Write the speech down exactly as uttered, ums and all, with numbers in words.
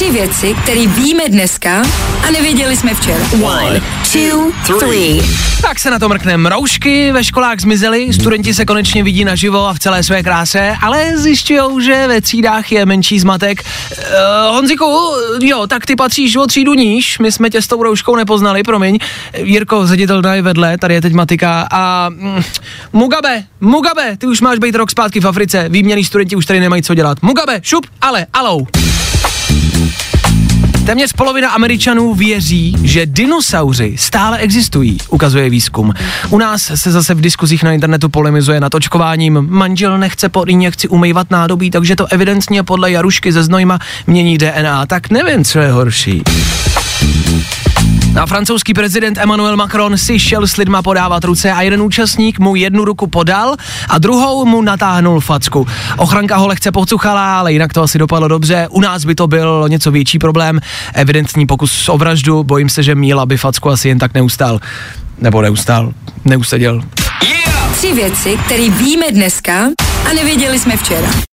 Tři věci, které víme dneska a nevěděli jsme včera. One, two, three. Tak se na to mrkneme. Roušky ve školách zmizely, studenti se konečně vidí naživo a v celé své kráse, ale zjišťujou, že ve třídách je menší zmatek. Uh, Honziku, jo, tak ty patříš o třídu níž, my jsme tě s tou rouškou nepoznali, promiň. Jirko, ředitel je vedle, tady je teď matika a mm, Mugabe, Mugabe, ty už máš být rok zpátky v Africe, výměnní studenti už tady nemají co dělat. Mugabe, šup, ale, alou. Téměř polovina Američanů věří, že dinosauři stále existují, ukazuje výzkum. U nás se zase v diskuzích na internetu polemizuje nad očkováním. Manžel nechce po injekci umývat nádobí, takže to evidentně podle Jarušky ze Znojma mění D N A. Tak nevím, co je horší. A francouzský prezident Emmanuel Macron si šel s lidma podávat ruce a jeden účastník mu jednu ruku podal a druhou mu natáhnul facku. Ochranka ho lehce pocuchala, ale jinak to asi dopadlo dobře. U nás by to byl něco větší problém. Evidentní pokus o vraždu, bojím se, že Míla by facku asi jen tak neustál. Nebo neustál, neuseděl. Yeah! Tři věci, které víme dneska a nevěděli jsme včera.